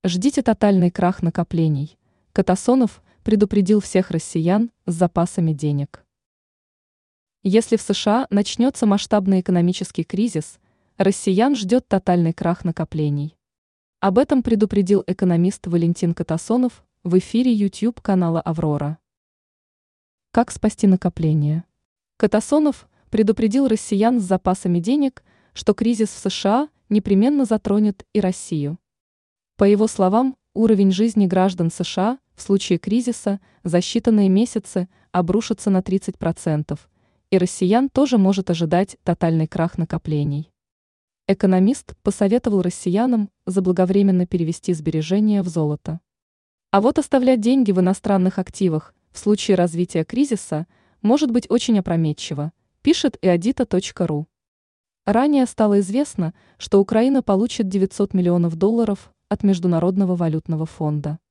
Ждите тотальный крах накоплений. Катасонов предупредил всех россиян с запасами денег. Если в США начнется масштабный экономический кризис, россиян ждет тотальный крах накоплений. Об этом предупредил экономист Валентин Катасонов в эфире YouTube-канала «Аврора». Как спасти накопления? Катасонов предупредил россиян с запасами денег, что кризис в США непременно затронет и Россию. По его словам, уровень жизни граждан США в случае кризиса за считанные месяцы обрушится на 30%, и россиян тоже может ожидать тотальный крах накоплений. Экономист посоветовал россиянам заблаговременно перевести сбережения в золото. А вот оставлять деньги в иностранных активах в случае развития кризиса может быть очень опрометчиво, пишет iadita.ru. Ранее стало известно, что Украина получит $900 миллионов от Международного валютного фонда.